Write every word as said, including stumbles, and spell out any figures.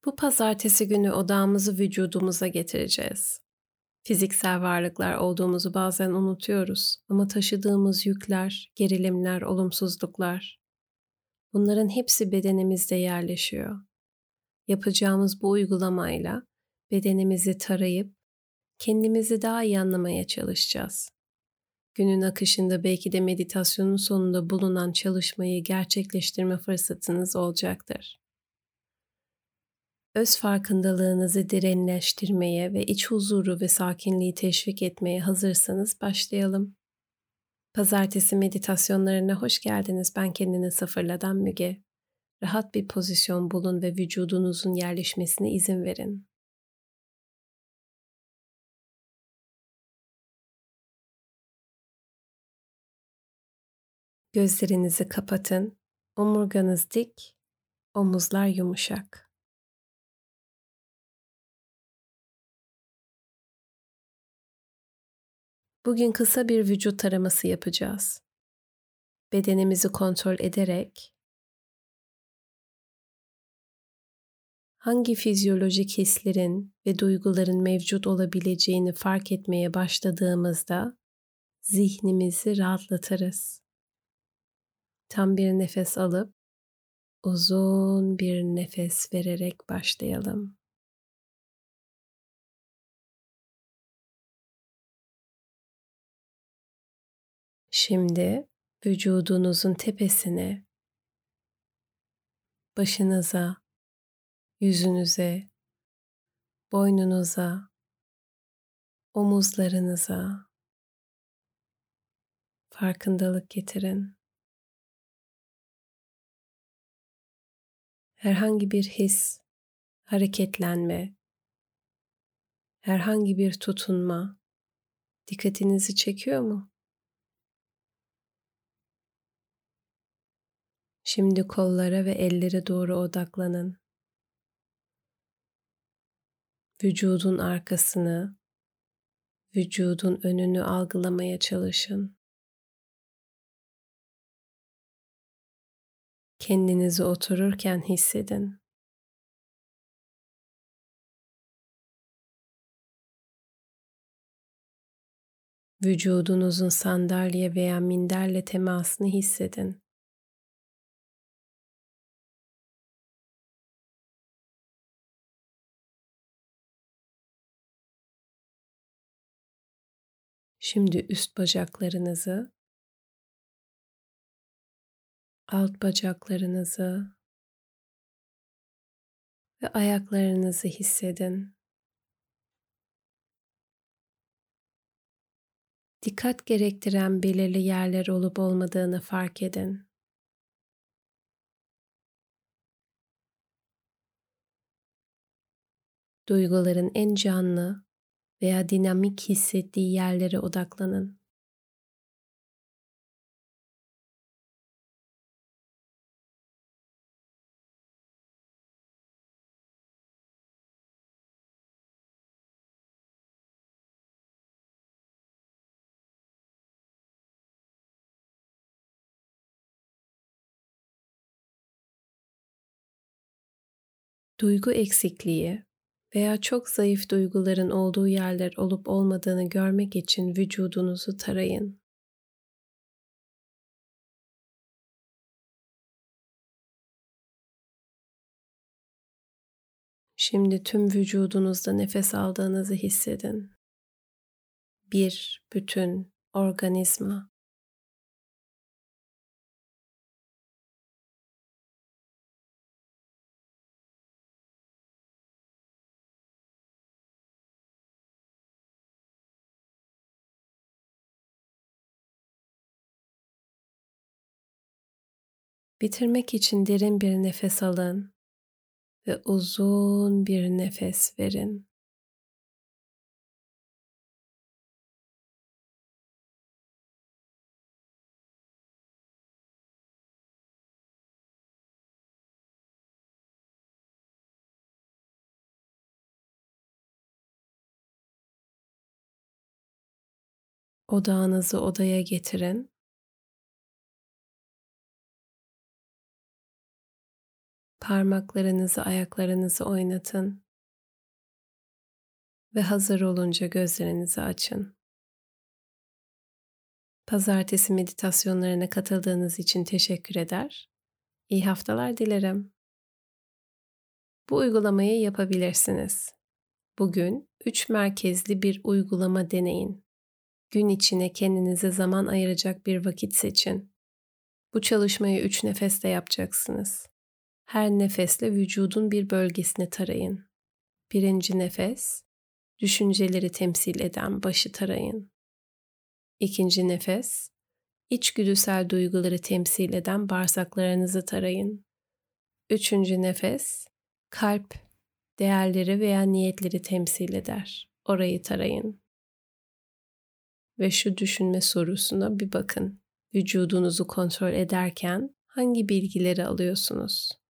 Bu pazartesi günü odağımızı vücudumuza getireceğiz. Fiziksel varlıklar olduğumuzu bazen unutuyoruz ama taşıdığımız yükler, gerilimler, olumsuzluklar, bunların hepsi bedenimizde yerleşiyor. Yapacağımız bu uygulamayla bedenimizi tarayıp kendimizi daha iyi anlamaya çalışacağız. Günün akışında belki de meditasyonun sonunda bulunan çalışmayı gerçekleştirme fırsatınız olacaktır. Öz farkındalığınızı derinleştirmeye ve iç huzuru ve sakinliği teşvik etmeye hazırsanız başlayalım. Pazartesi meditasyonlarına hoş geldiniz. Ben kendini sıfırladan Müge. Rahat bir pozisyon bulun ve vücudunuzun yerleşmesine izin verin. Gözlerinizi kapatın. Omurganız dik, omuzlar yumuşak. Bugün kısa bir vücut taraması yapacağız. Bedenimizi kontrol ederek hangi fizyolojik hislerin ve duyguların mevcut olabileceğini fark etmeye başladığımızda zihnimizi rahatlatırız. Tam bir nefes alıp uzun bir nefes vererek başlayalım. Şimdi vücudunuzun tepesine, başınıza, yüzünüze, boynunuza, omuzlarınıza farkındalık getirin. Herhangi bir his, hareketlenme, herhangi bir tutunma dikkatinizi çekiyor mu? Şimdi kollara ve ellere doğru odaklanın. Vücudun arkasını, vücudun önünü algılamaya çalışın. Kendinizi otururken hissedin. Vücudunuzun sandalye veya minderle temasını hissedin. Şimdi üst bacaklarınızı, alt bacaklarınızı ve ayaklarınızı hissedin. Dikkat gerektiren belirli yerler olup olmadığını fark edin. Duyguların en canlı veya dinamik hissettiği yerlere odaklanın. Duygu eksikliği veya çok zayıf duyguların olduğu yerler olup olmadığını görmek için vücudunuzu tarayın. Şimdi tüm vücudunuzda nefes aldığınızı hissedin. Bir bütün organizma. Bitirmek için derin bir nefes alın ve uzun bir nefes verin. Odağınızı odaya getirin. Parmaklarınızı, ayaklarınızı oynatın ve hazır olunca gözlerinizi açın. Pazartesi meditasyonlarına katıldığınız için teşekkür eder. İyi haftalar dilerim. Bu uygulamayı yapabilirsiniz. Bugün üç merkezli bir uygulama deneyin. Gün içine kendinize zaman ayıracak bir vakit seçin. Bu çalışmayı üç nefeste yapacaksınız. Her nefesle vücudun bir bölgesini tarayın. Birinci nefes, düşünceleri temsil eden başı tarayın. İkinci nefes, içgüdüsel duyguları temsil eden bağırsaklarınızı tarayın. Üçüncü nefes, kalp, değerleri veya niyetleri temsil eder. Orayı tarayın. Ve şu düşünme sorusuna bir bakın. Vücudunuzu kontrol ederken hangi bilgileri alıyorsunuz?